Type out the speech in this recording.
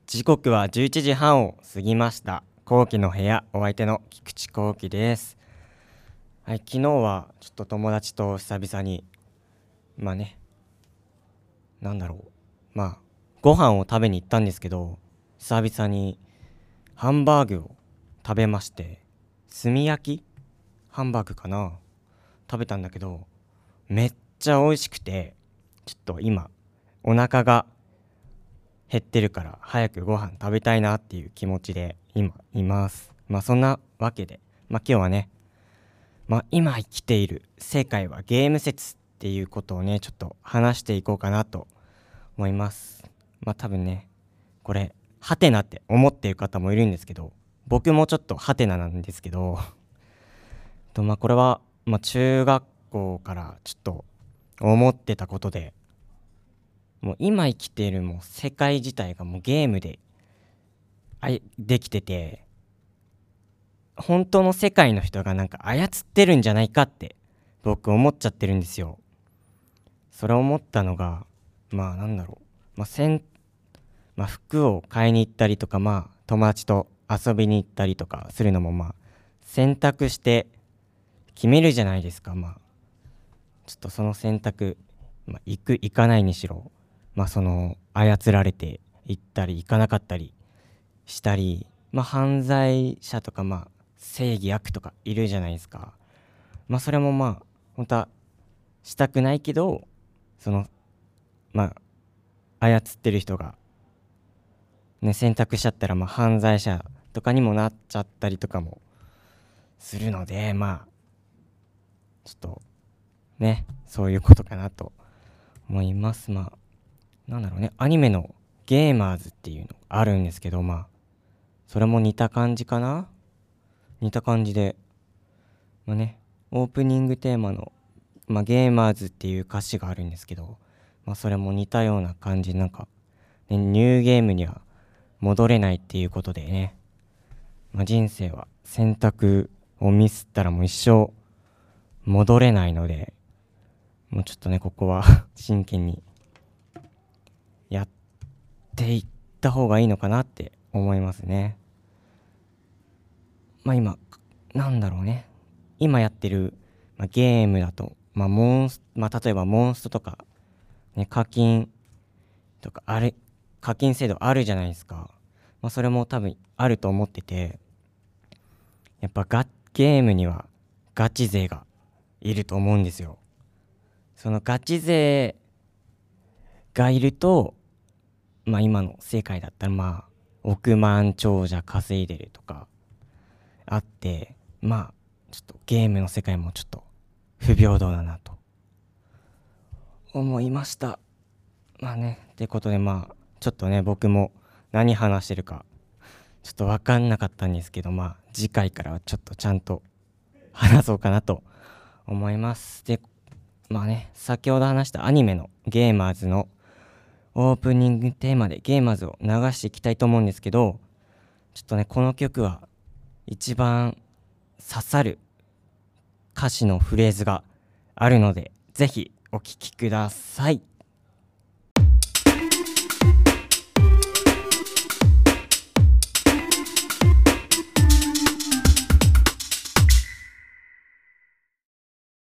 時刻は11時半を過ぎました。後期の部屋、お相手の菊池後期です。はい、昨日はちょっと友達と久々にまあね、なんだろう、ご飯を食べに行ったんですけど、久々にハンバーグを食べまして、炭焼きハンバーグかな、食べたんだけど、めっちゃ美味しくて、ちょっと今お腹が減ってるから早くご飯食べたいなっていう気持ちで今います。そんなわけで、今日はね、今生きている世界はゲーム説っていうことをね、ちょっと話していこうかなと思います。多分ね、これハテナって思っている方もいるんですけど、僕もちょっとハテナなんですけどこれは中学校からちょっと思ってたことで、もう今生きているもう世界自体がもうゲームでできてて、本当の世界の人がなんか操ってるんじゃないかって僕思っちゃってるんですよ。それを思ったのが、なんだろう、服を買いに行ったりとか、友達と遊びに行ったりとかするのも選択して決めるじゃないですか。ちょっとその選択、行かないにしろ、その操られて行ったり行かなかったりしたり、犯罪者とか正義悪とかいるじゃないですか。それも本当はしたくないけど、その操ってる人がね選択しちゃったら犯罪者とかにもなっちゃったりとかもするので、ちょっとね、そういうことかなと思います。なんだろうね、アニメのゲーマーズっていうのあるんですけど、それも似た感じかな。似た感じでオープニングテーマの、ゲーマーズっていう歌詞があるんですけど、それも似たような感じ、ニューゲームには戻れないっていうことでね、人生は選択をミスったらもう一生戻れないので、もうちょっとね、ここは真剣にやっていった方がいいのかなって思いますね。今なんだろうね、今やってる、ゲームだと、例えばモンストとか、ね、課金とか課金制度あるじゃないですか。それも多分あると思ってて、やっぱゲームにはガチ勢がいると思うんですよ。そのガチ勢がいると、今の世界だったら億万長者稼いでるとかあって、ちょっとゲームの世界もちょっと不平等だなと思いました。ってことでちょっとね、僕も何話してるかちょっと分かんなかったんですけど、次回からはちょっとちゃんと話そうかなと思います。で、先ほど話したアニメのゲーマーズのオープニングテーマでゲーマーズを流していきたいと思うんですけど、ちょっとね、この曲は一番刺さる歌詞のフレーズがあるので、ぜひお聴きください。